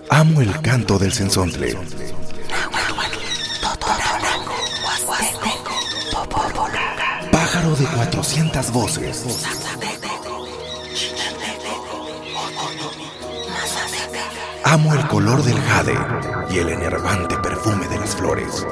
Amo el canto del cenzontle. Pájaro de 400 voces. Amo el color del jade y el enervante perfume de las flores.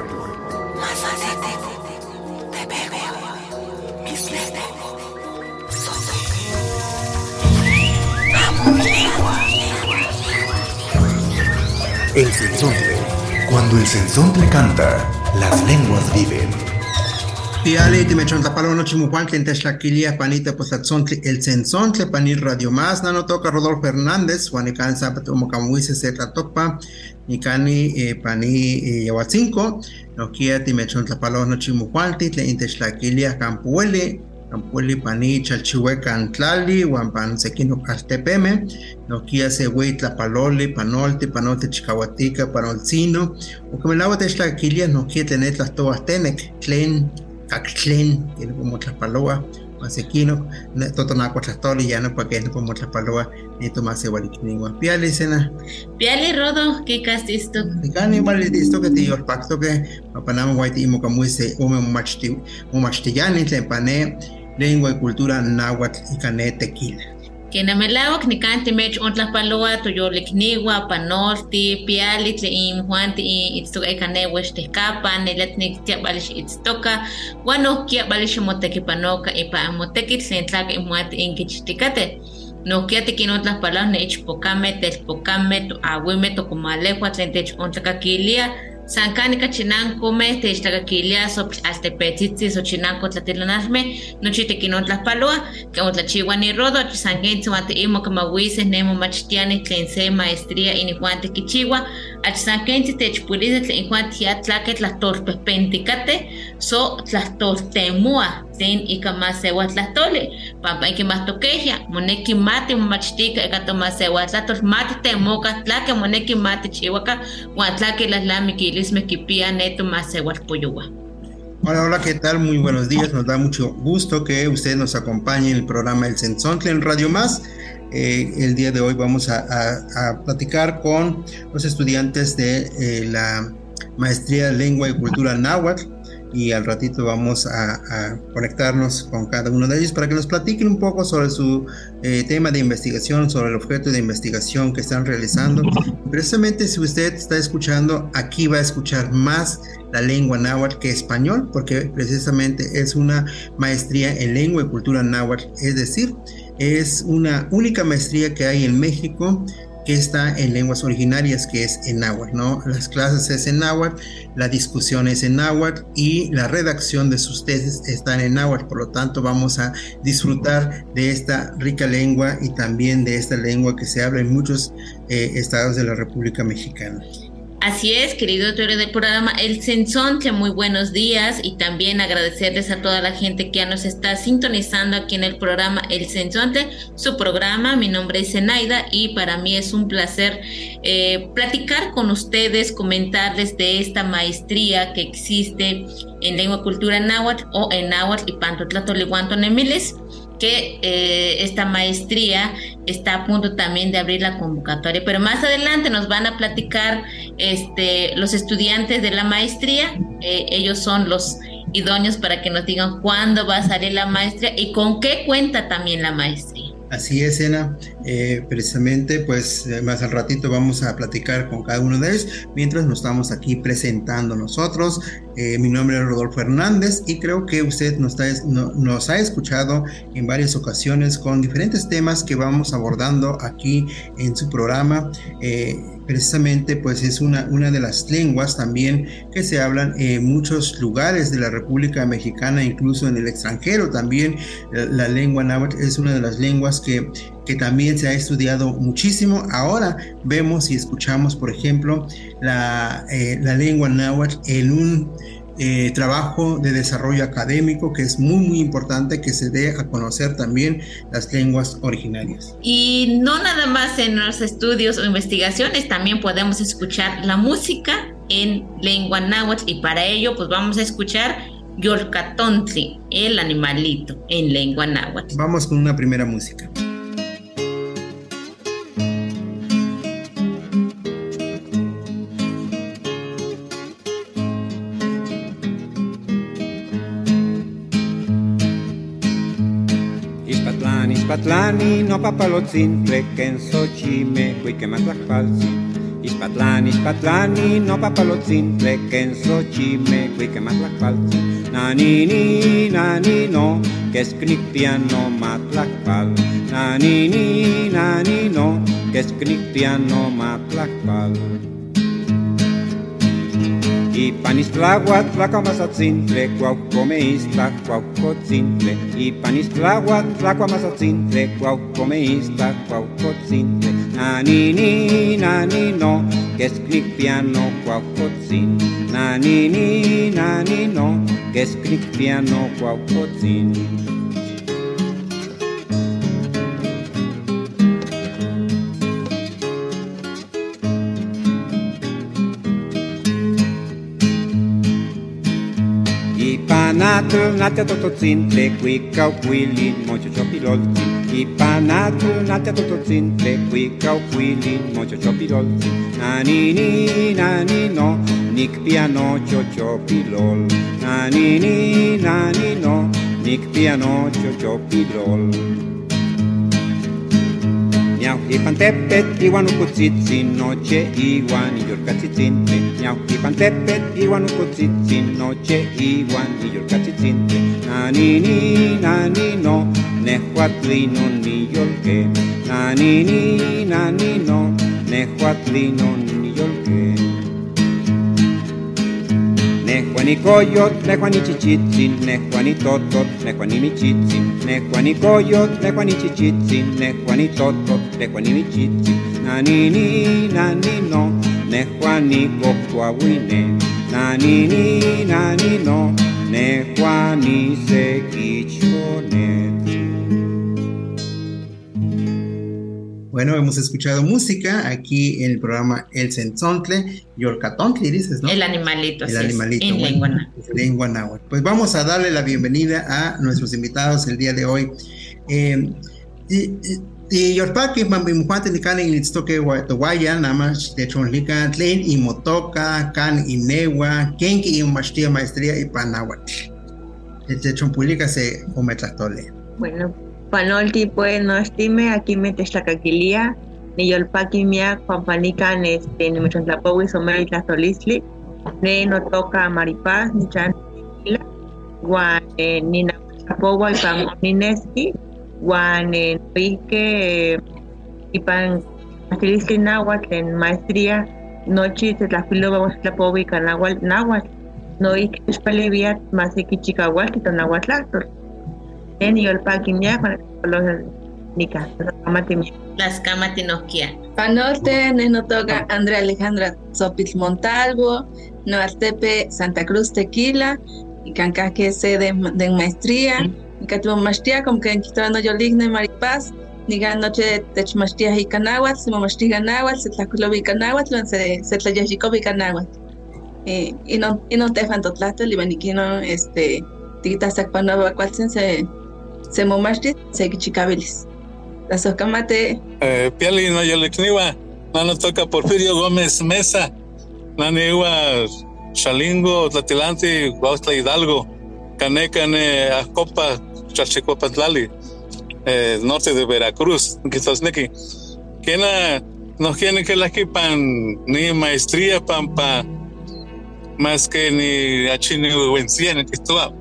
El cenzontle. Cuando el cenzontle canta, las lenguas viven. Piali, Timechontlapalo, Nochimujuan, Tlaquilia, Panita, Pozatzontle, el Cenzontle, Panil Radio Más, Nano Toca, Rodolfo Hernández, Juanican Zapato, Mocamuise, Zeta Topa, Nicani, Pani, Yahuatzinco, Noquia, Timechontlapalo, Nochimujuan, Title, Intexlaquilia, Campueli, Pani, Chalchihueca, Antlali, Huampan, Sequino, Castepeme, Noquia, Sehui, Tlapaloli, Panolte, Chicahuatica, Panolcino, Ucamelagua, Texlaquilia, Noquia, Tenetlas, Toas, Tenec, Clen, Caclén, tiene como Tlapaloa, Masequino, Totonaco, Tlastoli, ya no para que no como Tlapaloa, ni Tomás Igualiquinigua. Piali, Sena. Piali, Rodo, ¿qué castisto? Nicani, igual esto que te dio el pacto que Papanama, Guaiti, Mocamuise, un machtillani, Tlepané, lengua y cultura náhuatl y cané tequila. Que na melawak ni kanti mech ontla paloa to yo likniwa panorti piali tle im juanti itsto e kane weste kapa ne letnik tia balish itstoka wano kia balish moteki panoka e pa moteki sentlaka im juanti inkichtikate no kia te kinotla palaw ne ichpokame telpokame to awime to kumalekwa tlentech ontla kakilia Sankani kachinan come te istagaquilia so hasta petitsi so chinanco tlatilanasme no chite kinotla paloa que otla chihuani rodo sangenzi wante imo kamawises nemo machtiani tlense maestría inihuante kichiwa sangenzi te chpulize tlen ihuante ya tlaket las torpepenticate so las tortemua ten ikamasewa tlatole pampa ikimastokeja moneki mate machtika ekatomasewa tlatos mate temoka tlake moneki mate chihuaka wan tlake las lamiki Hola, hola, ¿qué tal? Muy buenos días, nos da mucho gusto que usted nos acompañe en el programa El Cenzontle en Radio Más. El día de hoy vamos a platicar con los estudiantes de la Maestría de Lengua y Cultura Náhuatl y al ratito vamos a conectarnos con cada uno de ellos para que nos platiquen un poco sobre su tema de investigación, sobre el objeto de investigación que están realizando. Precisamente si usted está escuchando, aquí va a escuchar más la lengua náhuatl que español, porque precisamente es una maestría en lengua y cultura náhuatl, es decir, es una única maestría que hay en México que está en lenguas originarias, que es en náhuatl, ¿no? Las clases es en náhuatl, la discusión es en náhuatl y la redacción de sus tesis están en náhuatl. Por lo tanto, vamos a disfrutar de esta rica lengua y también de esta lengua que se habla en muchos estados de la República Mexicana. Así es, querido autor del programa El Cenzontle, muy buenos días y también agradecerles a toda la gente que ya nos está sintonizando aquí en el programa El Cenzontle, su programa. Mi nombre es Zenaida y para mí es un placer platicar con ustedes, comentarles de esta maestría que existe en lengua y cultura náhuatl o en náhuatl y pantotlatolihuantonemiles, que esta maestría está a punto también de abrir la convocatoria, pero más adelante nos van a platicar los estudiantes de la maestría. Ellos son los idóneos para que nos digan cuándo va a salir la maestría y con qué cuenta también la maestría. Así es, Ena. Precisamente, pues más al ratito vamos a platicar con cada uno de ellos mientras nos estamos aquí presentando nosotros. Mi nombre es Rodolfo Hernández y creo que usted nos ha escuchado en varias ocasiones con diferentes temas que vamos abordando aquí en su programa. Precisamente, pues es una de las lenguas también que se hablan en muchos lugares de la República Mexicana, incluso en el extranjero también. La lengua náhuatl es una de las lenguas que también se ha estudiado muchísimo. Ahora vemos y escuchamos, por ejemplo, la lengua náhuatl en un trabajo de desarrollo académico que es muy importante que se dé a conocer también las lenguas originarias. Y no nada más en los estudios o investigaciones, también podemos escuchar la música en lengua náhuatl y para ello pues vamos a escuchar Yolcatontli, el animalito, en lengua náhuatl. Vamos con una primera música. Ispatlani no papalotzintli, ken Xochime, cuiquematlacpaltzin. Ispatlani no papalotzintli, ken Xochime, cuiquematlacpaltzin. Nanini, no, que escripiano matlacpal. Nanini, no, que escripiano matlacpal. Y panistlahuat tlacuamatzintli, cuaucomeista, cuaucotzintle. Y panistlahuat tlacuamatzintli, cuaucomeista, cuaucotzintle. Nanini, no, que escripiano, cuaucotzin. Nanini, no, que escripiano, cuaucotzin. Panatl natia tototzintle, cuicaucuilin, mochochopiloltzin. Y panatl natia tototzintle, cuicaucuilin, mochochopiloltzin. Nanini, no, nicpiano chochopilol. Nanini, no, nicpiano chochopilol. Ñauhipantepet iuanucutzitzin, noche iuan iyolcatzitzintli. Ñauhipantepet iuanucutzitzin, noche iuan iyolcatzitzintli. Nanini, no, nehuatlino niyolque. Nanini, no, nehuatlino niyolque. Nehuanicoyot, nehuanichichitzin, nehuanitotot, nehuanimichitzin. Nehuanicoyot, nehuanichichitzin, nehuanitotot, nehuanimichitzin. Nanini, no, nehuanicocuahuine. Nanini, no, nehuanisequichonet. Bueno, hemos escuchado música aquí en el programa El Tzentzontle, Yolcatontli, dices, ¿no? El animalito. El animalito. En lengua náhuatl. Lengua náhuatl. Pues vamos a darle la bienvenida a nuestros invitados el día de hoy. Y Yorpaki, Mambimuante, Nikan, y Litztoque, Guaya, Namash, de Chonlica, Tlen, y Motoca, Can, y Newa, Kenki, y Mashtia, Maestría, y Panáhuatl. De Chonpulica se ometlatole. Bueno, Panolti, pues no estime, aquí me testacaquilia, ni Yolpaki, mia, Pampanican, ni Mechontlapogui, Somero y Tlazolistli, ni no toca Maripaz, ni Chan, Guan, ni Napogua, y Pamonineski, Guan, Enrique, y Pan, Tlazolistli, Náhuatl, en maestría, noche, Tlazpilo, vamos a Tlapogui, Canahuatl, Náhuatl, no hay que espaleviar más de Kichicahuatl, y Tonahuatl, en Yolpaki, mia, con los Nica, Las Camatinoquia. Panorte, Nenotoga, Andrea Alejandra Zopitl Montalvo, Noartepe, Santa Cruz Tequila, y Cancaque sede de maestría, y Catubo Mastia, como que en Quitano Yoligne Maripaz, Nigan Noche de Techmastia y Canahuatl, se Mastiga Náhuatl, se Tlaculobi Canahuatl, se Tlayajicobi Canahuatl. Y no te fantotlato, Libaniquino, Tita Sacpanova, Cualcen se momasti, se Kichicabilis. La socamate. Piali no yolecniwa, no toca Porfirio Gómez Mesa, Naniwa Chalingo, Tlatilante, Guautla Hidalgo, Canecane, Acopa, Chachicopatlali, norte de Veracruz, Quizosnequi. Quena no quieren que la equipan ni maestría pampa más que ni achini vencían que estuvo.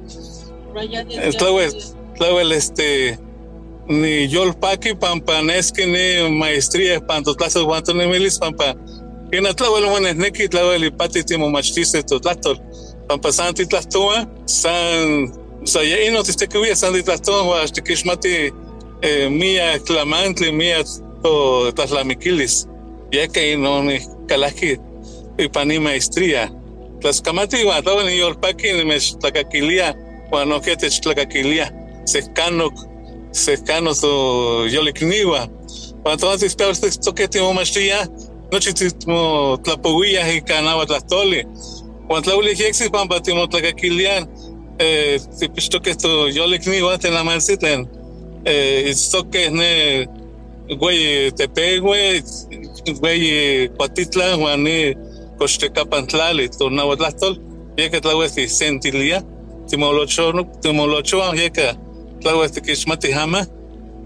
Ni Yolpaki pampa neski ni maestría panto tlazo guanto ni milis pampa que na tlahuel mones neki tlahuel ipati timo machtice to tlatol pampa santi tlastoa san sayino tistekuvia santi tlastoa wa tikishmati mia clamantli mia to tlaslamikilis ya que no ni kalaki ipani maestría tlaskamati wa tlahuel ni Yolpaki ni mestakakilia wa no que te tlacaquilia cercano to yolicniwa cuando antes peor esto que timo machtia noche timo tlapoguia y canaba tlastole cuando la ulijexi pampa timo tlacaquilian tipisto que esto yolicniwa te la malsiten esto que ne güey tepegue güey cuatitla guani costecapantlali tornaba tlastol ya que tlahuesti sentilia Timolocho, ya que claro que es matijama,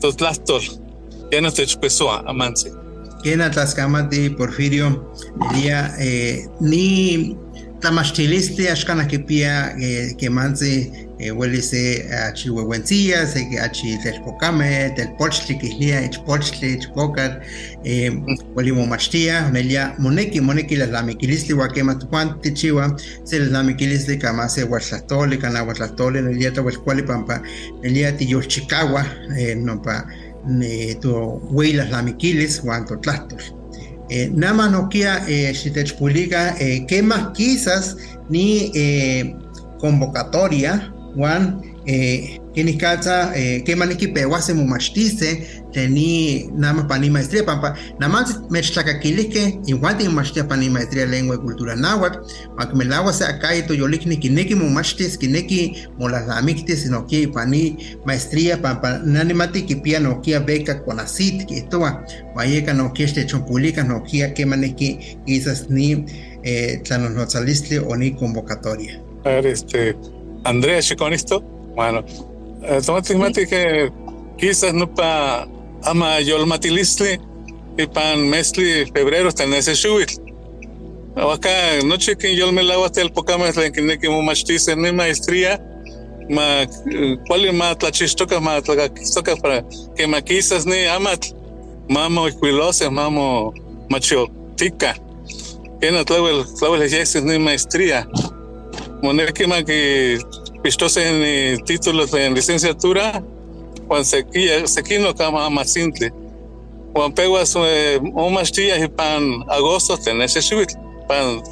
totlastol, ya no te chupesua, amance. Kena tlaskamati Porfirio, día ni tlamachtilistli axkan kipia que manse huelise achihuehuencilla, se que achi telpocame, telpochtli kihlia, ichpochtli, ichpocar, huelimomachtia, nelia moneki las lamiquilistli huaquema tupan tichiwa, se las lamiquilistli kamase huatlastole, canahuatlastole, nelia tahuelcuali pampa, nelia tiyolchicagua, no pa tu huilas lamiquilis, huanto tlastos. Nada más no quiera si te explica qué más quizás ni convocatoria Juan que ni calza qué maniki peguase mumachtise teni nada más para ni maestría pampa nada más me chacaquilique igual te maestría para ni maestría lengua y cultura náhuatl aunque me lagua sea acá y to yolikni kineki mumachtis kineki molaslamiktis no que para ni maestría pampa nani mati que pia no que beca con acid que toa vaya no que este chompulica no que maniki quizás ni tlanosnotzalistli o ni convocatoria. A ver, Andrea, con esto, bueno, automáticamente que quizás no pa ama yolmatilistli y pan mesli febrero está en ese shuit. Acá noche que yo me lavo hasta el pocama que neki mumachtice ni maestría ma cuál ma tlachistoca ma tlachistoca para que ma quizás ni amat mamo equilose mamo machotica que no clavo el ejercicio ni maestría moneki ma que pistose en títulos de licenciatura cuando se no cama más simple cuando peguas un mastilla y pan agosto tenés ese suite pan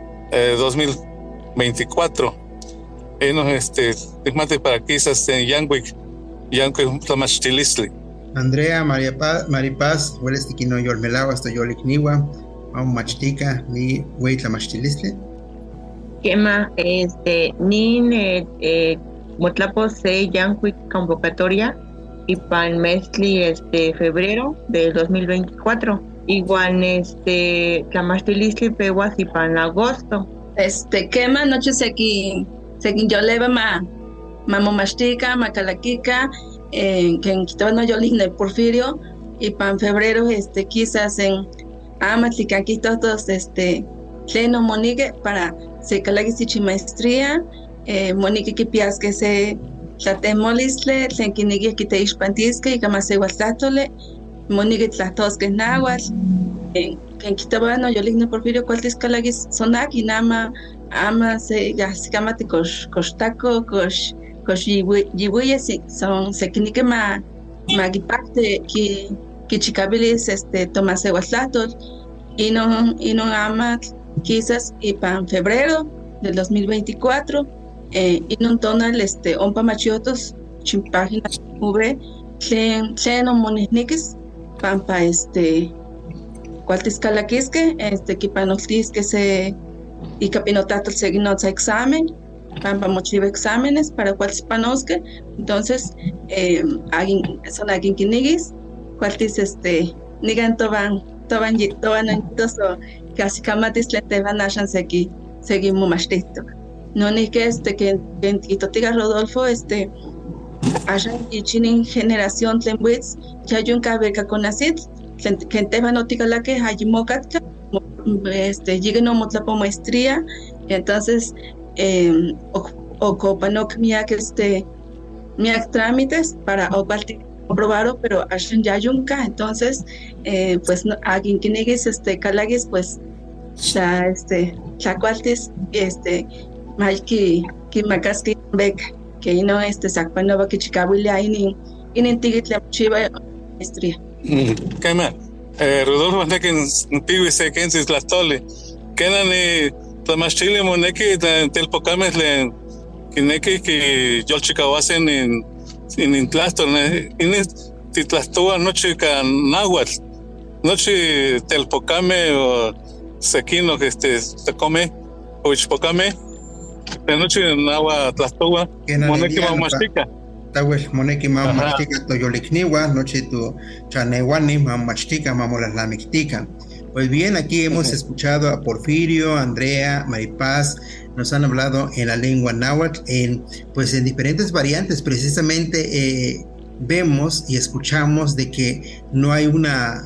2024 y no mate para quizás en Yanwick la machtilistli. Andrea Maripaz hueles tiquino yolmelao hasta yolikniwa un machtica ni wait la machtilistli. Quema nin motlapo se Yanwick convocatoria y pan mesli febrero del 2024 igual la machtilistli peguas y pan agosto quema noche sequin yo leva mamo mastica macalaquica que en quitano yo ligne Porfirio y pan febrero quizás en amatlicanqui todos pleno monique para se calagisichi maestría monique que pias que se tlatemolistle tlenquinique que te ispantisque y camase guastatole monique tlatosque náhuatl que en quitabano yo ligne Porfirio cualtis calagis sonaki nama ama se gascamate costaco yibuye son se quinique magipacte que chicabilis tomase guaslatol y no ama quizás y para febrero del 2024 y no tonal ompa machiotos página ubre tleno monisniques pampa cualtis calaquisque que panoltis que se y capinotato seguinotza examen pampa mochiva exámenes para cualtis panosque entonces son alguien que niguis cualtis nigan toban entonces casi camatis le te van a seguimos machito no ni que que totiga Rodolfo hayan y chinin generación tlemwitz que hay un cabeca con acid que te van a noticar la que hay mocatka lleguen a motlapo maestría entonces o copanok miak miak trámites para aprobarlo pero hayan ya yunca entonces pues alguien que negues calagues pues ya chacualtis malki que macasque beca que no sacpanova que chicabuile ahí ni tigitla chiva maestría Kema Rodolfo nekin piwi se kensis la tole kenani tlamachili moneki telpocames le kineki que yolchicawasen en tlastor en titlastoa noche ka náhuatl noche telpocame o sequino que se come o ichpocame de noche nahua tlastoa moneki mastica Tawel moneki mastica to yolikniwa noche tu chanewani mastica mamolaslamictica. Pues bien, aquí hemos escuchado a Porfirio, Andrea, Maripaz, nos han hablado en la lengua náhuatl, en diferentes variantes, precisamente vemos y escuchamos de que no hay una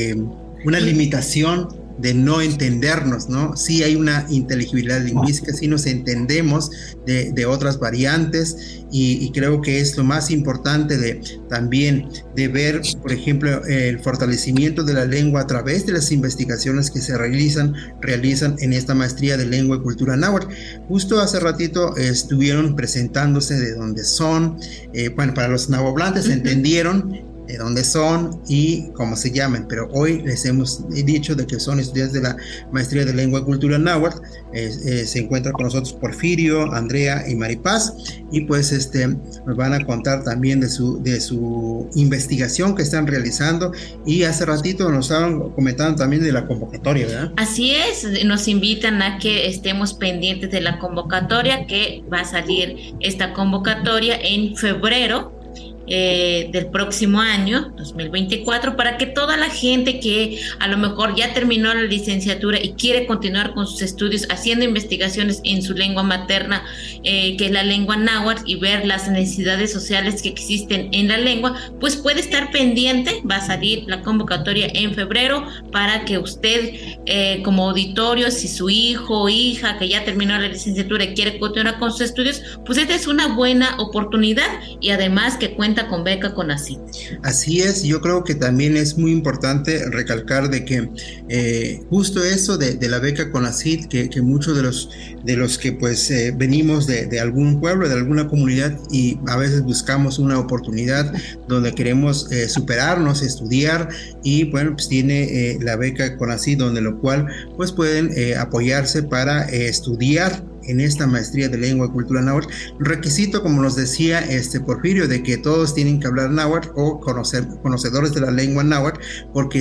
limitación de no entendernos, ¿no? Sí hay una inteligibilidad lingüística, sí nos entendemos de otras variantes y creo que es lo más importante también de ver, por ejemplo, el fortalecimiento de la lengua a través de las investigaciones que se realizan en esta maestría de lengua y cultura náhuatl. Justo hace ratito estuvieron presentándose de dónde son, para los nahuablantes entendieron de dónde son y cómo se llaman, pero hoy les hemos dicho de que son estudiantes de la maestría de lengua y cultura náhuatl. Se encuentra con nosotros Porfirio, Andrea y Maripaz, y pues nos van a contar también de su investigación que están realizando, y hace ratito nos estaban comentando también de la convocatoria, ¿verdad? Así es, nos invitan a que estemos pendientes de la convocatoria, que va a salir esta convocatoria en febrero del próximo año 2024, para que toda la gente que a lo mejor ya terminó la licenciatura y quiere continuar con sus estudios haciendo investigaciones en su lengua materna, que es la lengua náhuatl, y ver las necesidades sociales que existen en la lengua, pues puede estar pendiente. Va a salir la convocatoria en febrero para que usted, como auditorio, si su hijo o hija que ya terminó la licenciatura y quiere continuar con sus estudios, pues esta es una buena oportunidad, y además que cuenta con beca CONACYT. Así es, yo creo que también es muy importante recalcar de que justo eso de la beca CONACYT, que muchos de los que pues venimos de algún pueblo, de alguna comunidad, y a veces buscamos una oportunidad donde queremos superarnos, estudiar, y bueno, pues tiene la beca CONACYT, donde lo cual pues pueden apoyarse para estudiar en esta maestría de lengua y cultura náhuatl. Requisito, como nos decía Porfirio, de que todos tienen que hablar náhuatl o conocedores de la lengua náhuatl, porque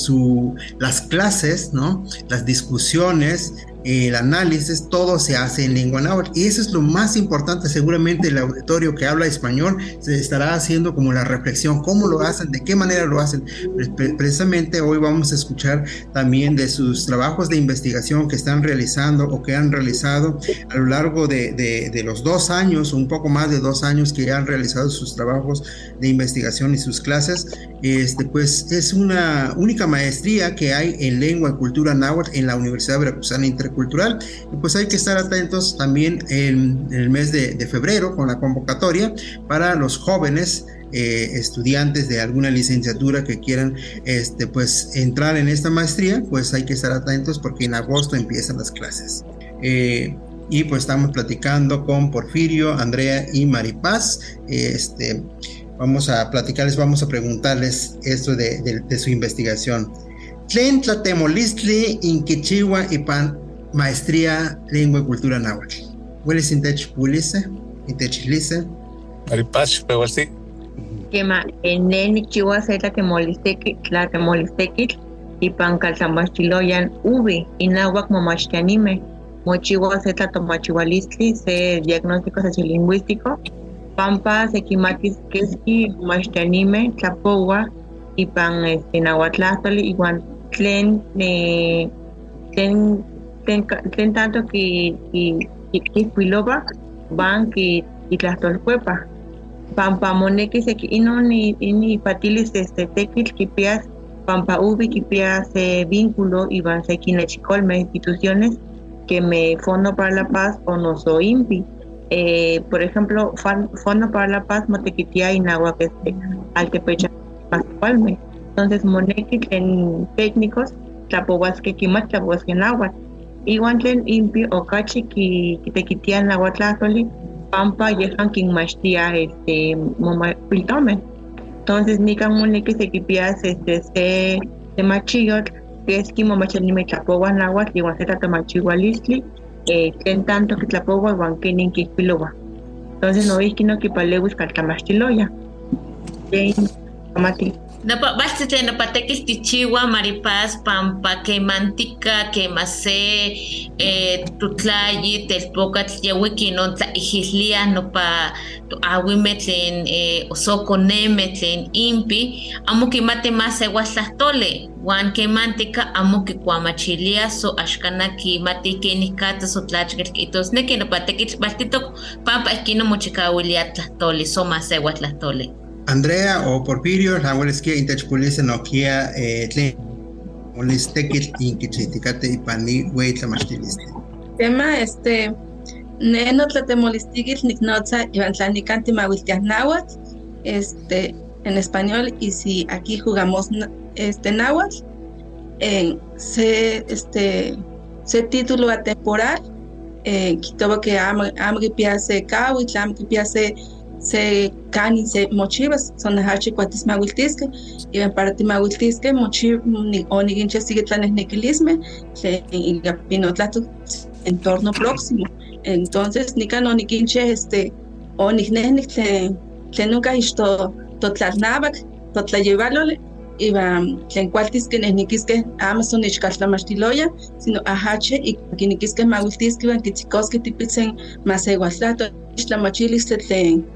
las clases, ¿no?, las discusiones, el análisis, todo se hace en lengua náhuatl, y eso es lo más importante. Seguramente el auditorio que habla español se estará haciendo como la reflexión, cómo lo hacen, de qué manera lo hacen. Precisamente hoy vamos a escuchar también de sus trabajos de investigación que están realizando o que han realizado a lo largo de los 2 años, un poco más de 2 años que han realizado sus trabajos de investigación y sus clases. Pues es una única maestría que hay en lengua y cultura náhuatl en la Universidad Veracruzana Intercultural, y pues hay que estar atentos también en el mes de febrero con la convocatoria para los jóvenes estudiantes de alguna licenciatura que quieran pues entrar en esta maestría. Pues hay que estar atentos porque en agosto empiezan las clases. Y pues estamos platicando con Porfirio, Andrea y Maripaz. Vamos a platicarles, vamos a preguntarles esto de su investigación. Tlen tlatemolistli inquichihua ipan maestría lengua y cultura náhuatl. ¿Hueles intech pulise? ¿Intech lise? Maripaz, pero sí. Quema, en el chihuahua se tlatemolistequitl ipan calzamachtiloyan ubi inahuac momachtianime. Mochihuahua se tlatomachihualistli se diagnóstico sociolingüístico. Pampa sequimatis quesqui machtianime tlapoua ipan nahuatlahtoli igual tlen tanto que piloba van que tlahtolcuepa pampa moneki seki inon ni patilis tequil kipias pampa ubi kipias vínculo y van seki nechicolme instituciones que me Fondo para la Paz o noso INPI. Por ejemplo, Fondo para la Paz motequitia inahuac altepecha pascualme. Entonces moneki en técnicos tlapohuasque quimat tlapohuasque náhuatl. Igual tlen INPI o cachi que tequitia náhuatl pampa yehan quinmachtia momapiltome. Entonces nican moneki se kipias se machillot que es que momachanime tlapohua náhuatl igual se tlatomachihualistli tlen tanto que tlapohua igual que ninquipiloa. Entonces no es que no kipalewis caltamachtiloya. Amati. Bastante napatequis tichiwa Maripaz pampa que mantica que mase tutlayi telpocatl yawiki non tlaijislia no pa awime tlen osoconeme tlen INPI amo kimate más eguaslahtole wan que mantica amo que cuamachilia so ashkana kimati que nikata so tlachkel kitos neki napatequis bastito pampa esquino mochikawilia tlahtole so más eguaslahtole. Andrea o Porfirio, la verdad es que intechpulise no kia molistekil inkichitikate y pani güey tlamachtiliste. Tema neno tlatemolistikil niknotza iban tlanikanti mawiltiahnáhuatl, en español, y si aquí jugamos náhuatl, se título atemporal, quitoba que amripia se kawitl, amripia se cani se mochivas, son hachi cuatis mawiltisque, y en parte mawiltisque, mochiv, o niginche sigue tlanesnequilisme, y pinotlato entorno próximo. Entonces, nicano niginche, o nignesnik, nunca isto totlalnabac, totlayeválole, iba tlen cualtisque nesniquisque Amazon ichcaltlamastiloya, sino ahache y quiniquisque mawiltisque iban kitzicosque tipitzen maseguaslato, ixtlamachilistle tlen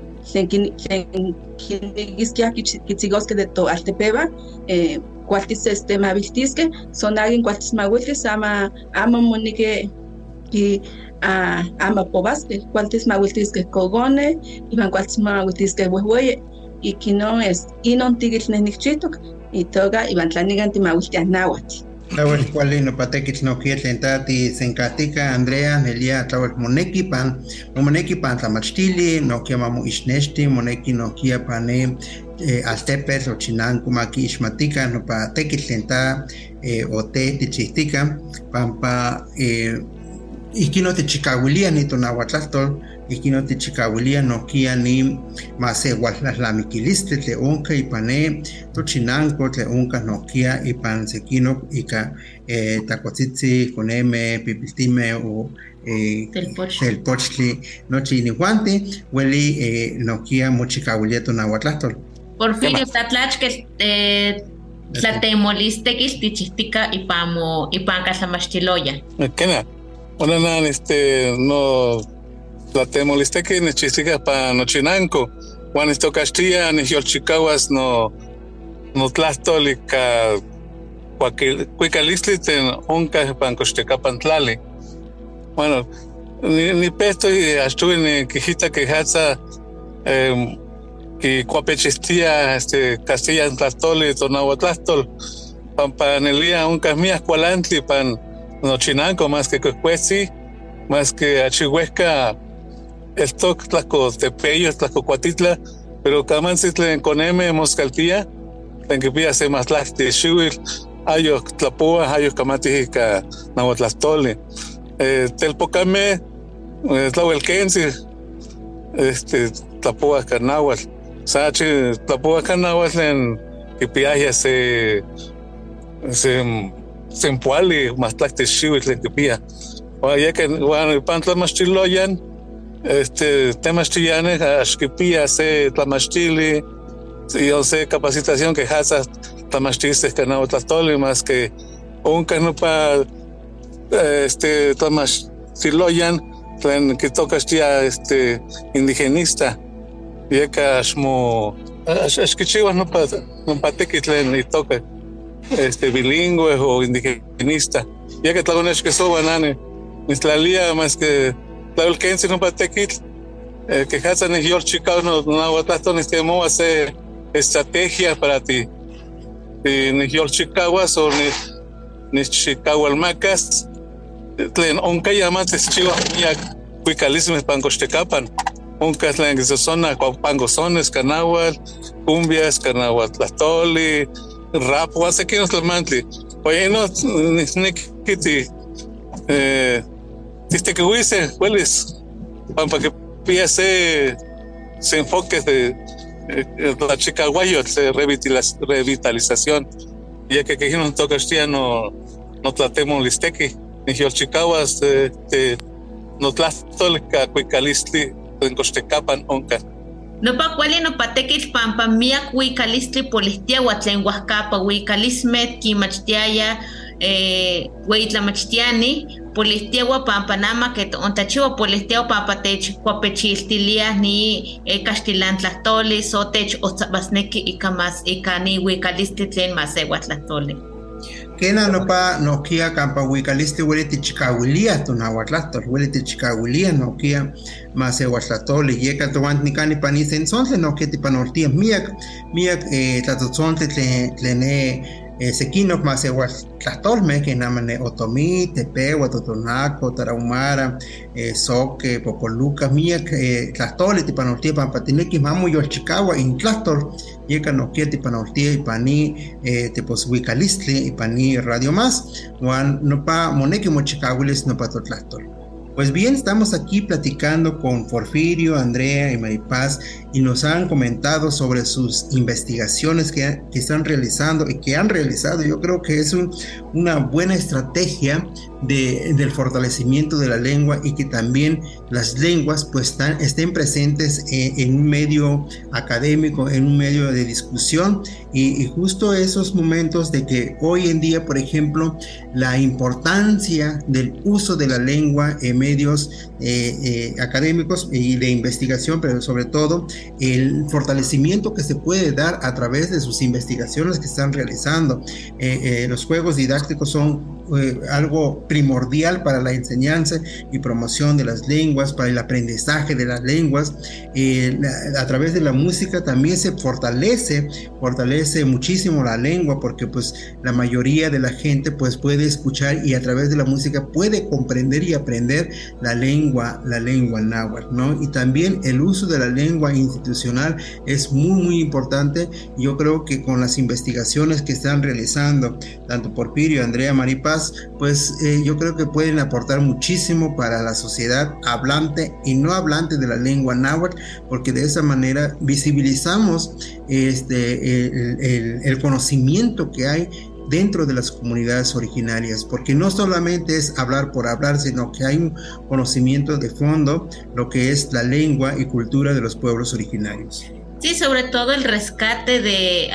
quiniquisque kitzicosque de to altepeba, cualtis mawiltisque, son alguien cualtis mawiltis ama monique y ama pobasque, cualtis mawiltisque cogone, iban cualtis mawiltisque huehueye, y que no es inon tigil nenichitok y toga iban tlaniganti mawiltiahnáhuatl. Tlawel cuali no patekich no tati senkatika Andrea Nelia tlawel moneki pan tlamachtili no kia mamu ishneshti moneki no kia pane altepes o chinanku maki ishmatika no patekich tenta o te tichihtika pampa ikino tichikawilia ni tonahuatlastol ikino tichikawilia no kia ni masehuatlamiquilistli tle onka ipane tochinanko tle onka no kia ipan sekino ika tacotzitzi coneme pipiltime o telpochtli nochi inihuanti hueli no kia mochikawilia tonahuatlastol. Porfirio tatlachke tlatemolistequil tichihtika ipan catlamaxtiloya. Kena, onanan no tlatemolistequil nechihtika pa nochinanco, Juan Castilla niyolchikawas no tlastol ika cuicalistli ten onka pan Coxtecapan tlali. Bueno, ni pesto y astuve ni quijita quejatza que cuapechistia Castilla en tlastoli tonahuatlastol pan elia onka mías cualantli pan nochinanco más que cuescuetzi, más que achihuesca el toc tlaco tepeyo, tlaco cuatitla, pero camantzitla en coneme moscaltía, en que pilla se más tlacti xiuil, ayos tlapua, ayos camatijika nahuatlastoli. Telpocame, tlahuelquensi, tlapua carnahuatl. Sachi, tlapua carnahuatl en que pilla se empuali más tlacti xiuil en que pilla. O ya que bueno, pan tlamachtiloyan, temachtillanes, ashkipia se tlamachili, y once capacitación que haza tlamachtistes canahuatlastoli, más que onca no pa tlamachtiloyan, tlen que toca indigenista, ya que ashmo ashkichiwas no pa tequitlen y toca bilingüe o indigenista, ya que tlagonesh que so banane. Nislalía más que tlaulquensi no patequil, que hazan en Yorchicago no aguatasto ni temo hacer estrategia para ti. Ni Yorchicago o ni Chicago almacas, tlen onca llamantes chivas ya cuicalismes pan Coxtecapan, onca tlen que se zona pangozones, carnahual, cumbias, carnahuatlastoli, rap, hace que nos tlamantli. Oye, no, ni kiti. Que hubiese, hueles, para que piense se enfoque de la chicaguayo, de revitalización, ya que no toca no tratemos listequi, ni yolchicaguas, no tlastolca, cuicalistli, en Coxtecapan, onca. No pa cuali no patequil pampa mia cuicalistli polistiagua tlen Huascapa, huicalismet, quimachtiaya, huitlamachtiani, polistiagua pampanama que ontachiwa polistiagua pampatech cuapechiltilia ni castilan tlastoli sotech otzabasneki ika mas ika ni huicalistli tlen masehuatlastoli. Kena no kia campa huicaliste huelite chicahuilia tu nahuatlato, huelite chicahuilia no kia más huatlato le llega tu antnicani panis en sonle no que te panortia miak tlatozonte tlene sequino más huatlatolme que namane otomi, tepe, huatotonaco, tarahumara, soque, popoluca, miak tlatole te panortia pampatineki mamu yo chicagua in tlatol llega no que te panortia y pani te poshuicalistli y pani radio más Juan no pa moneki mochicahuiles no pa totlatol. Pues bien, estamos aquí platicando con Porfirio, Andrea y Maripaz y nos han comentado sobre sus investigaciones que están realizando y que han realizado. Yo creo que es una buena estrategia del fortalecimiento de la lengua y que también las lenguas pues estén presentes en un medio académico, en un medio de discusión y justo esos momentos de que hoy en día, por ejemplo, la importancia del uso de la lengua en medios académicos y de investigación, pero sobre todo el fortalecimiento que se puede dar a través de sus investigaciones que están realizando. Los juegos didácticos son algo primordial para la enseñanza y promoción de las lenguas, para el aprendizaje de las lenguas. A través de la música también se fortalece muchísimo la lengua, porque pues la mayoría de la gente pues puede escuchar y a través de la música puede comprender y aprender la lengua náhuatl, ¿no? Y también el uso de la lengua institucional es muy importante. Yo creo que con las investigaciones que están realizando tanto Porfirio, Andrea, Maripaz, pues yo creo que pueden aportar muchísimo para la sociedad hablante y no hablante de la lengua náhuatl, porque de esa manera visibilizamos el conocimiento que hay dentro de las comunidades originarias, porque no solamente es hablar por hablar, sino que hay un conocimiento de fondo, lo que es la lengua y cultura de los pueblos originarios. Sí, sobre todo el rescate de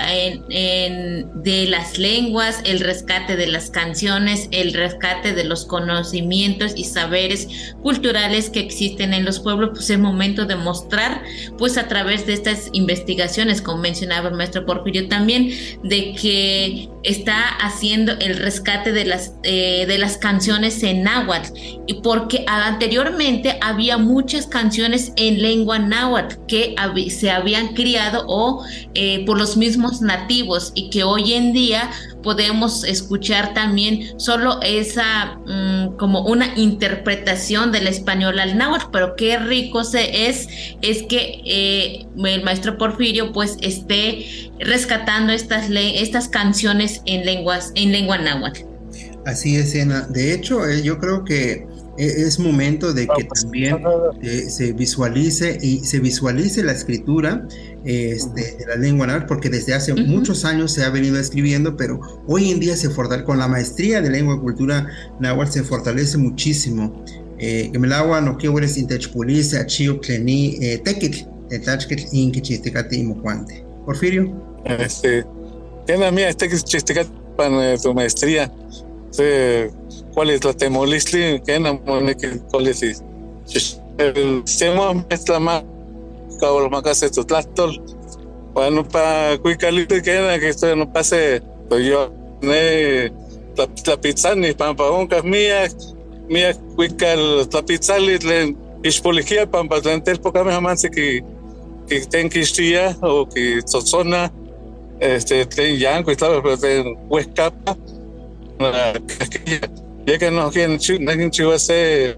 las lenguas, el rescate de las canciones, el rescate de los conocimientos y saberes culturales que existen en los pueblos. Pues es momento de mostrar, pues a través de estas investigaciones, como mencionaba el maestro Porfirio también, de que está haciendo el rescate de las canciones en náhuatl, y porque anteriormente había muchas canciones en lengua náhuatl que se habían criado por los mismos nativos, y que hoy en día podemos escuchar también solo esa como una interpretación del español al náhuatl. Pero qué rico es que el maestro Porfirio pues esté rescatando estas canciones en lengua náhuatl. Así es, Ena. De hecho, yo creo que es momento de que también se visualice la escritura de la lengua náhuatl, porque desde hace muchos años se ha venido escribiendo, pero hoy en día con la maestría de lengua y cultura náhuatl se fortalece muchísimo. Gemelagua no quiebres intechpulice achio cleni tequitl tetachquitl inquichistecate y mocuante. Porfirio. Tiene mía chistecate para tu maestría. ¿Cuál es la temolistli? ¿Cuál es el sistema más cabrón más que tu tlastol? Bueno, para cuicalite que esto no pase, pues yo la pizza ni pampaoncas mía cuical la pizza le ispoligia pampatlantel poca me jamás que ten quistía o que zona ten yanco y claro, pero ten huescapa ya que no quieren chivarse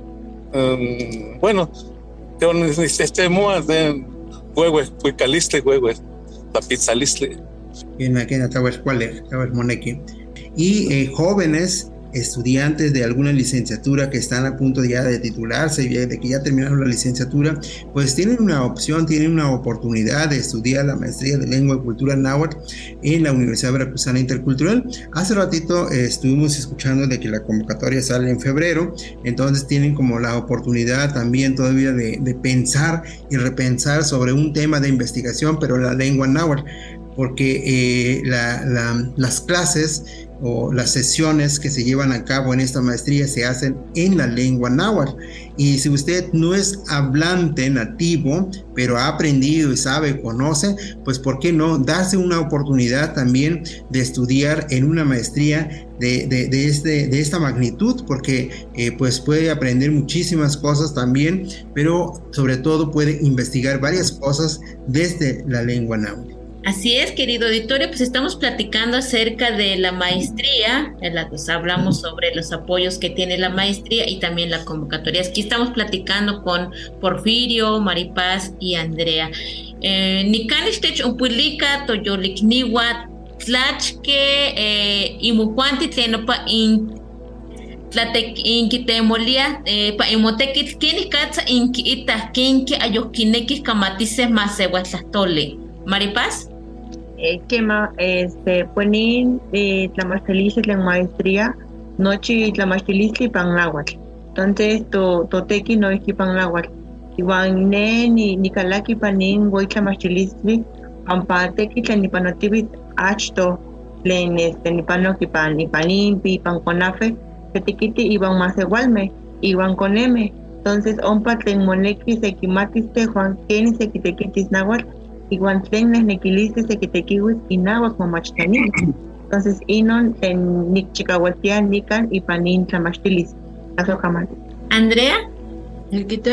bueno que moa de huevos cuicaliste huevos la pizza listle en aquella cuál es moneki y jóvenes estudiantes de alguna licenciatura que están a punto ya de titularse, de que ya terminaron la licenciatura, pues tienen una opción, tienen una oportunidad de estudiar la maestría de lengua y cultura náhuatl en la Universidad Veracruzana Intercultural. Hace ratito estuvimos escuchando de que la convocatoria sale en febrero, entonces tienen como la oportunidad también todavía de pensar y repensar sobre un tema de investigación, pero en la lengua náhuatl, porque las clases o las sesiones que se llevan a cabo en esta maestría se hacen en la lengua náhuatl. Y si usted no es hablante nativo, pero ha aprendido y sabe, conoce, pues ¿por qué no darse una oportunidad también de estudiar en una maestría de esta magnitud? Porque pues puede aprender muchísimas cosas también, pero sobre todo puede investigar varias cosas desde la lengua náhuatl. Así es, querido auditorio, pues estamos platicando acerca de la maestría, pues hablamos sobre los apoyos que tiene la maestría y también la convocatoria. Aquí estamos platicando con Porfirio, Maripaz y Andrea. Nicanistech unpuilica toyolikniwa tlachke imujuanti tlenopa inkitemolia pa imotekitl kinikatza inkiita kinki ayoskinekis kamatises masehuatlahtoli. Maripaz. Quema, ponen tlamachtilistli en maestría, nochi tlamachtilistli pan náhuatl. Entonces, toteki no es pan náhuatl. Igual ni kalaki panin voy tlamachtilistli, pampateki tlanipanotivit achto, len nipanoki pan impi, pan conafe, petikiti iban más igualme, iban con M. Entonces, ompa tlen moneki sekimatiste Juan Keni sekitekitis náhuatl. Igual tienes nequilistes de que te kiwis y nagua como machtaní. Entonces, inon en nichicahuatia, nican y panin tlamachtilis. Eso jamás. Andrea. El quita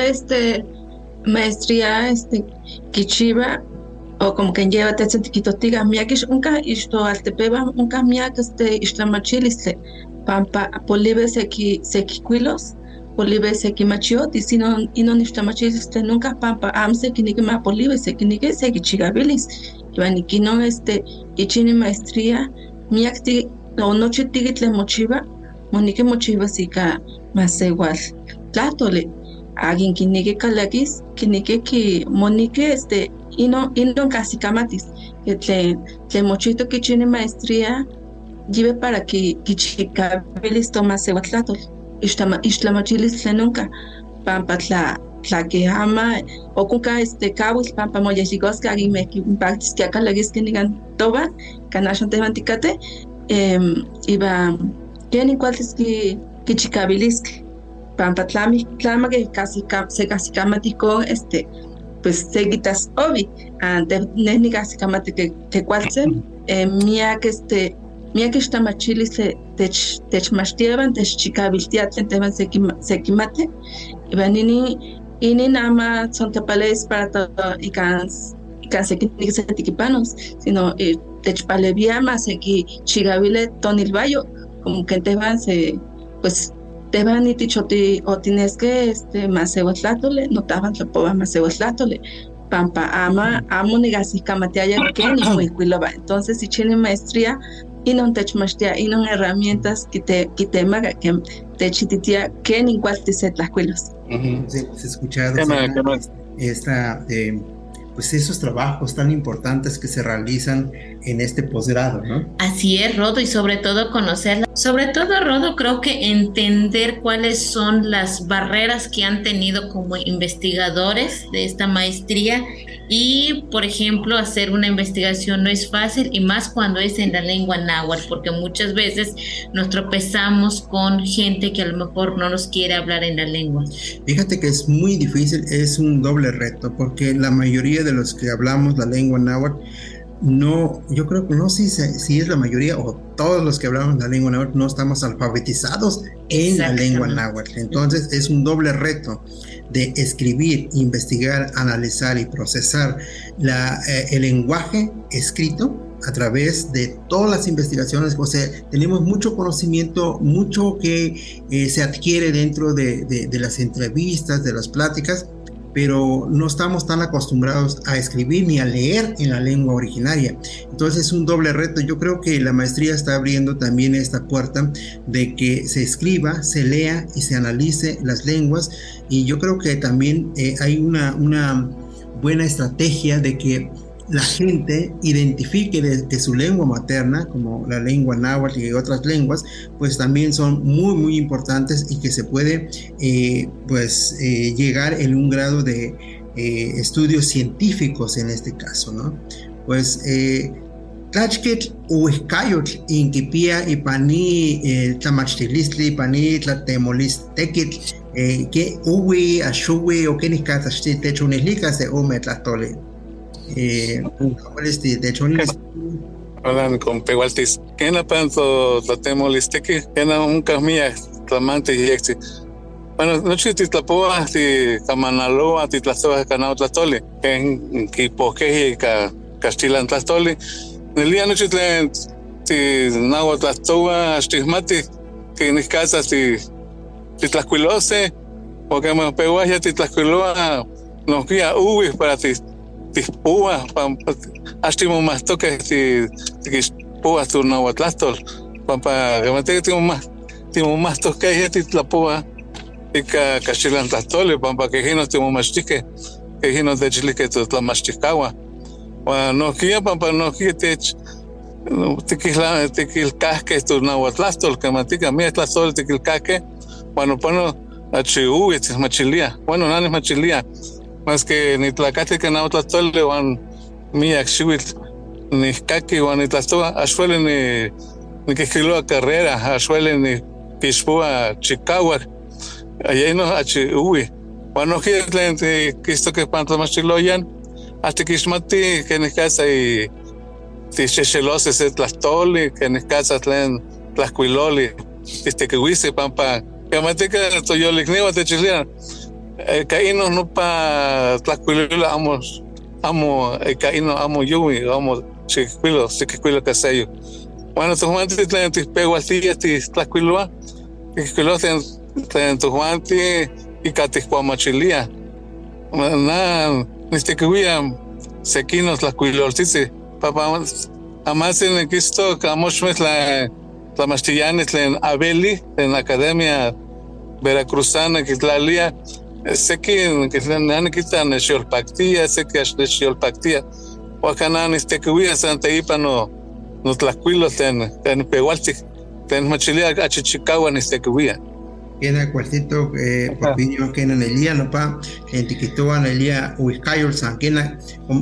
maestría, kichiva, o como que lleva te tiquitotiga, miakish unca, isto altepeba, unca miak, islamachilis, pampa, polive sequiquilos. Polive sequimachioti, sino inon islamachilis, nunca pampa, amse kinigma polive sequinique sequichigabilis. Ivanikino ichini maestría, miakti, o noche tigitle mochiva, monique mochiva sika más igual. Tlatole, alguien kinique calakis, kinique ki monique inon casi camatis, que tle mochito kichini maestría, lleve para que kichigabilis tomas igual tlatole. Ixtlamachilis nunca pampa que ama o kunka kawis pampa moyexikoska alguien me impactis que acá lagis que nigan toba canashon tevanticate iba quién cuáles que chicabilis pampa tlama que casi camatico pues seguitas obi ante neni casi camate que cualse mía que mia que está machilis tech mastievan tech chicabiltia tevan sekimate ini nama son tapales para todo y can sekitipanos sino tech palevia más que chigabile tonilbayo como que tevan pues tevan y tichoti o tienes que masewatlatole notaban tlapoba masewatlatole pampa amo negasi kamateaya que ni muy cuiloba. Entonces si tiene maestría y no te machtea y no herramientas que te maga que te chititia que ni cual te set las cuilos. Se escuchado pues esos trabajos tan importantes que se realizan en este posgrado, ¿no? Así es, Rodo, y sobre todo conocerla. Sobre todo, Rodo, creo que entender cuáles son las barreras que han tenido como investigadores de esta maestría y, por ejemplo, hacer una investigación no es fácil y más cuando es en la lengua náhuatl, porque muchas veces nos tropezamos con gente que a lo mejor no nos quiere hablar en la lengua. Fíjate que es muy difícil, es un doble reto, porque la mayoría de los que hablamos la lengua náhuatl, no, yo creo que no sé si es la mayoría o todos los que hablamos la lengua náhuatl no estamos alfabetizados en la lengua náhuatl. Entonces es un doble reto de escribir, investigar, analizar y procesar el lenguaje escrito a través de todas las investigaciones. O sea, tenemos mucho conocimiento, mucho que se adquiere dentro de las entrevistas, de las pláticas, pero no estamos tan acostumbrados a escribir ni a leer en la lengua originaria. Entonces es un doble reto. Yo creo que la maestría está abriendo también esta puerta de que se escriba, se lea y se analice las lenguas, y yo creo que también hay una buena estrategia de que la gente identifique que su lengua materna, como la lengua náhuatl y otras lenguas, pues también son muy, muy importantes y que se puede llegar en un grado de estudios científicos en este caso, ¿no? Pues tlachkitl uihkayotl inkipia ipani tlamachtilistli ipani tlatemolistekitl que uwi axuwi o kenikatlaxti techonilika se ome tlahtoli Hola, con pegualtis. Kena panto tlatemolisteki, kena unka mía tlamante yexti. Bueno, noche titlapoa ti kamanaloa ti tlastoa kanao tlatoli, ken kipokeji ka Castilan tlatoli. Nelia noche tlen ti nawa tlastoa astigmati que en casa ti tlacuilose o que me peguaya ti tlacuiloa no guía uwi para ti púa astimo más toque ti púa tu nawa tlastol para que me timo más toque ti tlapúa y ka Castilan tlatoli para que no timo más tique que no te chilique tu tlamachticawa o no guía para no guía te tikilkahke tu nahuatlastol que matica mía tlastol tikilkahke bueno pono achiuwi machilia bueno nani machilia más que ni tlacate que nahuatlastol wan mía xiwit ni kaki wan ni tlastoa axuele ni kihkiloa carrera axuele ni kixpua Chicago allá no achiuwi bueno tlen kisto que pantamachiloyan hasta kixmati que ni casa y tixexelose se tlastoli, que en casa tlen tlacuiloli, que huise pampa, que matica toyolicniwa techilian, caínos no pa tlacuiloli amo caíno amo yumi, amo chiquicuilo casello. Bueno, tu juanti tlen tispego altilla tlacuiloa, ticuilo tlen tu juanti y catihcuamachilia. Na, nistecuia sequinos tlacuiloltisi. Papá, además en el Cristo, camochmes la mastillanes en Abeli, en la Academia Veracruzana, que la lía, sé que han quitado en Xiolpactía, sé que es Xiolpactía, o acá no este que huía Santa Ipa no tlacuilos en Pehualti, en Machilia, a Chichicago, en este que huía. Queda cuartito papiño que en el día no pa en tiquito en el día uiscayo san quena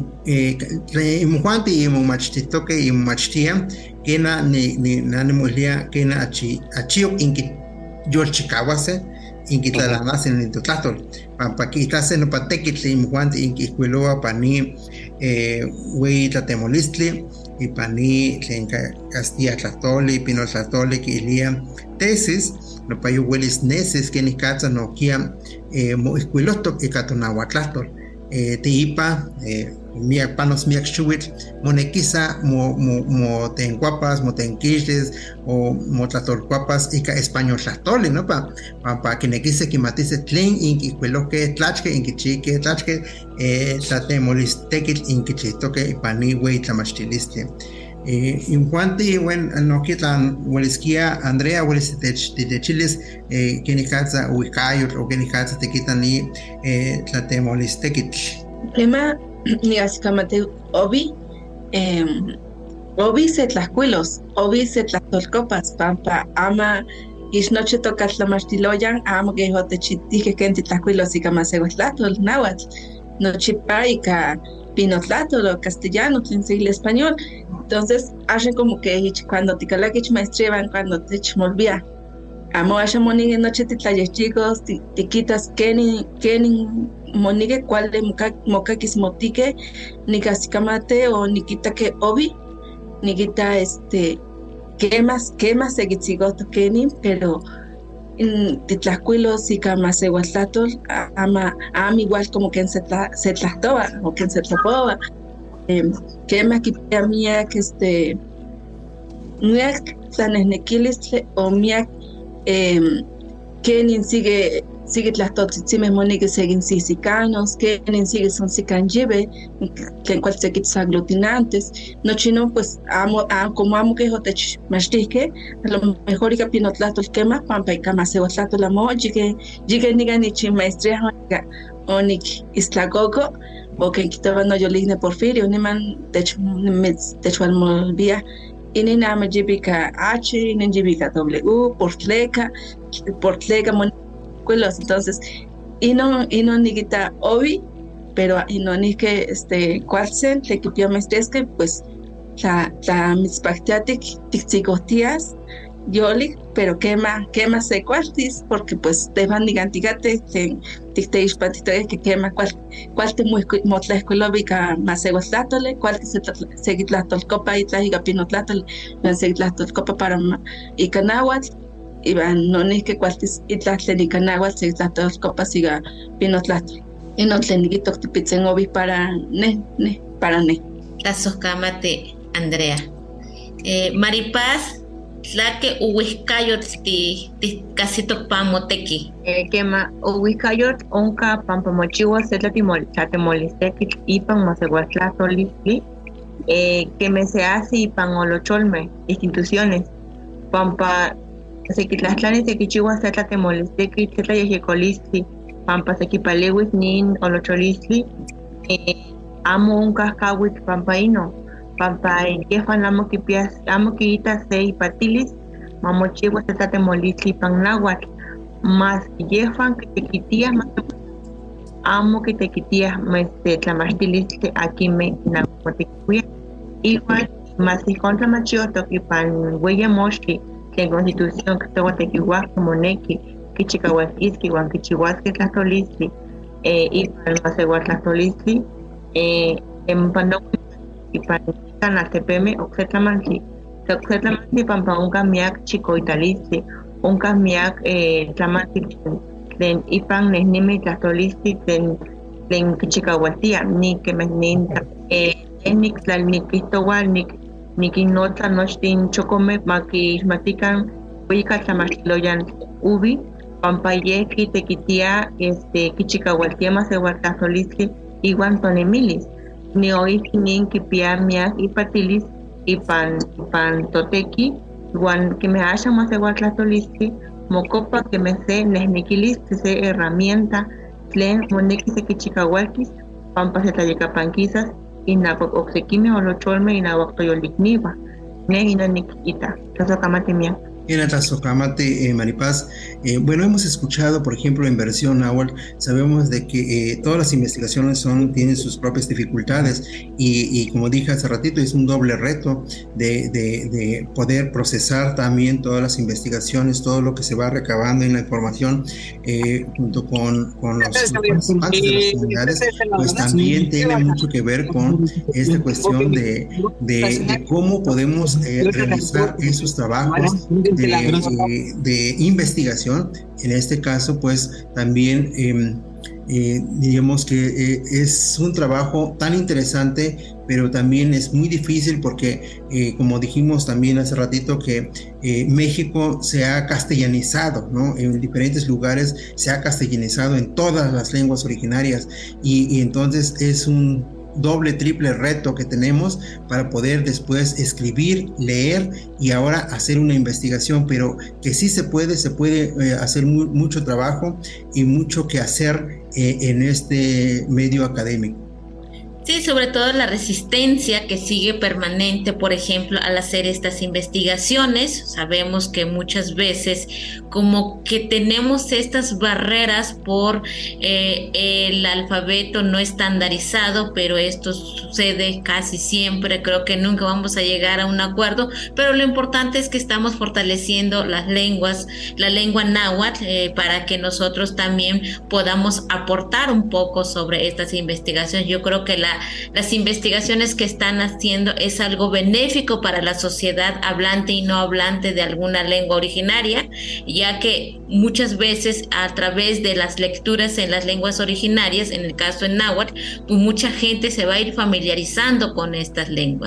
mujuante y mumachtito que y mumachtia quena ni nanemulia quena achio inki yo chicawase inki tlanas en tutlato pa quitase no patequitli y mujuante inki cuiloa pani güey tlatemolistli y pani Castilla tlatoli pino tlatoli que ilía tesis no payo huelis neses que ni casa no kia mo escuelosto que catonahuatlastol te ipa miak panos miak chuit monequisa mo ten guapas mo ten quiches o mo tlatol guapas y ca español tlatole no pa que nequise que matice tlen in escuelo que tlachke in chique tlachke tlatemolistequil in chichitoque pani güey tlamachtiliste en cuanto no quitan huelisquia Andrea huelis de chiles que ni casa uicayo o que ni casa te quitan ni tlatemolistequil tema ni ascamate obi se tlascuilos obi se tlastolcopas pampa ama noche toca tlamachtiloyan amo que hote chitike que tlascuilos y camasegotlatol náhuatl noche paica pinotlatol castellano tlinsigil español. Entonces hacen como que cuando te calakich maestría van cuando te molvía amo haya monigue noche te talles chicos te quitas kenin monigue cual de moca kismotique ni casicamate o ni quita que obi ni quita quemas seguitzigoto kenin pero te tlascuilos y camaseguatlatol ama igual como que se tlastoba o que se tlapoba que me quipea mía que miak tlanesnequilistle o miak que sigue tlastotzitzimes monique seguin sisicanos que sigue son sicanjibe que en cual se quitan aglutinantes no chino pues como amo que hotech machtique a lo mejor y capinotlatos quema pampa y camaseotlato la mo llegue niga ni chimaestría onik islagogo o que quitaba no yo ligne porfirio ni man de chualmolvía y ni nada me jibica H ni jibica W portleca monículos entonces y no ni quita obi pero y no ni que cualcen te quitó maestría que pues la mitzpactiatic tictzicotias yolik, pero quema se cuartis, porque pues te van digantigate, te ispatitoy que quema cual te muy motla escuelovica más egoslátole, cual que se seguir la tolcopa y tlajiga pinotlatole, van seguir la tolcopa para y canahuatl, y van no ni que cualtis y tlatle ni canahuatl, seguir la tolcopa siga pinotlatole, y no tleniguito que pitzen obi para para ne. La soscamate, Andrea. Maripaz, la que uwiscayot casi topamoteki. Quema uwiscayot onca pampamochiwa tlatemolisteki ipan maseguatlatolistli, que me se hace ipan olocholme, instituciones. Pampa sequitlahtlanes sequichiwa tlatemolisteki tlayejecolistli, pampa sequipalewis nin olocholistli, amo un cascahuit pampaino. Pampa yefan amo quita se patilis, mamochiwa se tatemolistli pan nahuatl, más yefan que te quitías, amo que te quitías, tlamachtilistli aquí me nahuaticuya. Igual, más si contra machioto que pan huella moshki, que en constitución que todo te kiwak moneki, que chicahuasquiski, wan que chihuasque tlatolistli, y pan maseguat tlatolistli, en pano y pan na tepeme oxetlamanti pampa un camiac chico italisti un camiac tlamanti den ipan nesnime tlatolisti den kichikahuatia ni que mesninta nik tlalnikistowal nik innota nochtin chocome makismatikan uika tlamachtiloyan ubi pampa yeki tequitia kichikahuatia masewal tlatolisti iguan tonemilis ni hoy nin kipiar miak y patilis y pan toteki igual que me haya más igual tlatolisti mocopa que me se nesniquilisti se herramienta tlen moneki se kichikahualkis pampa se tayekapanquisas y napok oxequime o locholme y nahuactoyolikniwa ne ina nikita tlasokamate miak. En Atlazocamate, Maripaz, bueno, hemos escuchado, por ejemplo, en versión náhuatl, sabemos de que todas las investigaciones tienen sus propias dificultades y como dije hace ratito, es un doble reto de poder procesar también todas las investigaciones, todo lo que se va recabando en la información junto con los participantes de las comunidades, pues también tiene mucho que ver con esta cuestión de cómo podemos realizar esos trabajos de investigación. En este caso pues también digamos que es un trabajo tan interesante, pero también es muy difícil porque como dijimos también hace ratito que México se ha castellanizado, ¿no? En diferentes lugares se ha castellanizado en todas las lenguas originarias y entonces es un doble, triple reto que tenemos para poder después escribir, leer y ahora hacer una investigación, pero que sí se puede hacer mucho trabajo y mucho que hacer en este medio académico. Sí, sobre todo la resistencia que sigue permanente, por ejemplo, al hacer estas investigaciones. Sabemos que muchas veces como que tenemos estas barreras por el alfabeto no estandarizado, pero esto sucede casi siempre. Creo que nunca vamos a llegar a un acuerdo, pero lo importante es que estamos fortaleciendo las lenguas, la lengua náhuatl, para que nosotros también podamos aportar un poco sobre estas investigaciones. Yo creo que las investigaciones que están haciendo es algo benéfico para la sociedad hablante y no hablante de alguna lengua originaria, ya que muchas veces a través de las lecturas en las lenguas originarias, en el caso en náhuatl, pues mucha gente se va a ir familiarizando con esta lengua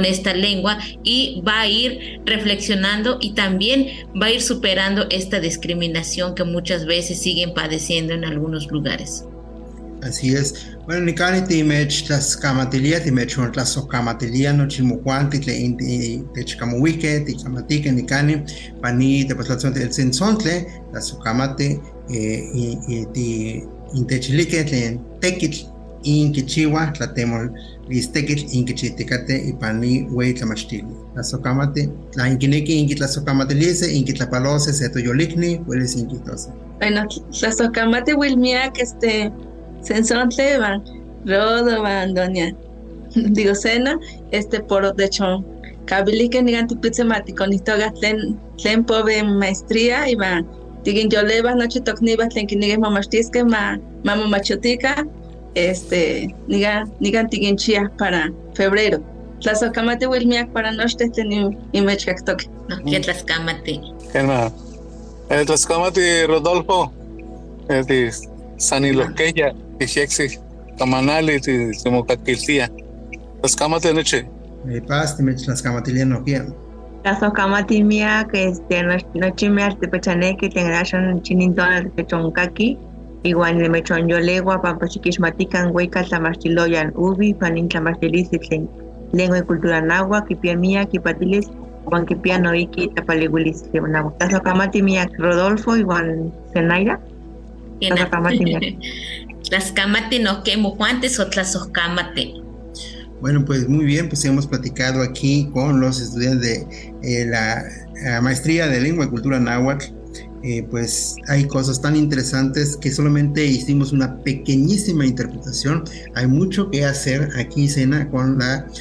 y va a ir reflexionando y también va a ir superando esta discriminación que muchas veces siguen padeciendo en algunos lugares. Así es. Bueno, Nicani Timech, las camatelías, Timech, las socamatelías, no chimujuan, te chicamuique, te chamatique, Nicani, Pani, te paslación del sensontle, las socamate, y te intechilique, te tequit, inquichiwa, la temol, listequit, inquichiticate, y Pani, wey, tlamachtil. La socamate, la inquinique, inquit la socamatelise, inquit la palose, se toyolicni, hueles inquitose. Bueno, la socamate, Wilmia, que sensontle van, rodo van, doña digo cena, por de hecho, Kabilike nigan tipitsemati con historia tlen pobe maestría y va, digin yo leva noche tocniba tlen kinigue mamashtisque mama machotica, nigan tigin chia para febrero. Tlasokamate wilmiak para noche tlen imechkaktoque. No, que tlaskamate. Tlaskamate Rodolfo, Saniloqueya, Ixexi, Camanali, Timocaquiltía. Tlaskamate noche. Paz, tlaskamatilia no quiero. Tlasokamati miak, noche miak tepechaneque, tengrashon chinintonas pechoncaquí. Igual le mechon yo legua, pampachiquismatican, hueca, tlamachtiloyan, ubi, panin tlamachtilistitlen. Lengua y cultura náhuatl, kipia mía, kipatilis, Juan kipia noiki, tapaliguilis, Tlasokamati mía, Rodolfo, igual Zenaira. Tlasokamati mía. Tlaskamati no quemo Juantes o Tlasokamati. Bueno, pues muy bien, pues hemos platicado aquí con los estudiantes de la maestría de lengua y cultura náhuatl. Pues hay cosas tan interesantes que solamente hicimos una pequeñísima interpretación. Hay mucho que hacer aquí, Sena, con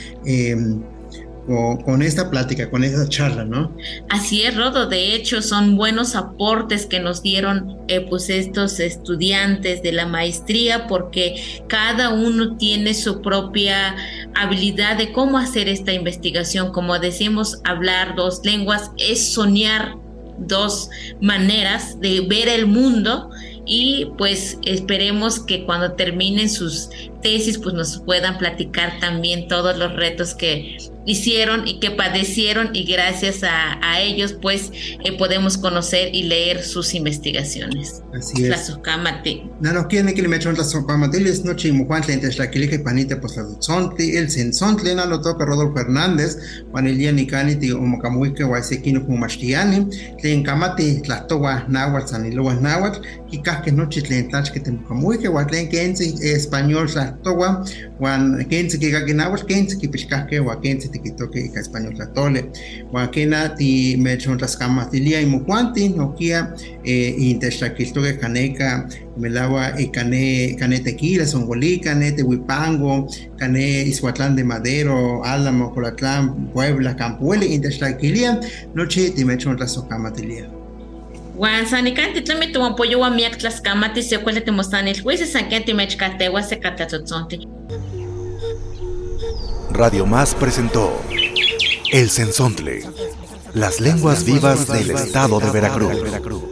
esta plática, con esta charla, ¿no? Así es, Rodo. De hecho, son buenos aportes que nos dieron pues estos estudiantes de la maestría, porque cada uno tiene su propia habilidad de cómo hacer esta investigación. Como decimos, hablar dos lenguas es soñar dos maneras de ver el mundo, y pues esperemos que cuando terminen sus tesis pues nos puedan platicar también todos los retos que hicieron y que padecieron, y gracias a ellos pues podemos conocer y leer sus investigaciones. Así es. Tlasokamati. No quiere que le metan Tlasokamati, les no chimujuan tlen textlaquiliche panite pues tlazontli, el senzontli no lo toca Rodolfo Hernández, Juan Elia Nicaniti o Mocamuique Guaysequino Pumachtiani, tlen kamati tlastowa náhuatl sanilowa náhuatl, que noche tlen tlach que te Mocamuique, Guatlen Kenzi español tlastowa, Juan Kenzi que gaguinahuatl, Kenzi que pichcaque, Juan Kenzi tikitoque y español tlatole, Juan Kena ti mechon Tlaskamatilia y Mujuanti, Nokia, y textlaquiltoque caneca, Melagua y cane tequila, Songolí, cane Tehuipango, cane Izhuatlán de Madero, Álamo, Colatlán, Puebla, Campueli, Intextlaquilia, noche timechon Tlasokamatilia. Juan Sanicanti, tlami tu apoyo a miak Tlaskamati, se cuele te mostran el juicio, sanquete mechcategua, se catatotzonti. Radio Más presentó El Sensontle, las lenguas vivas del estado de Veracruz.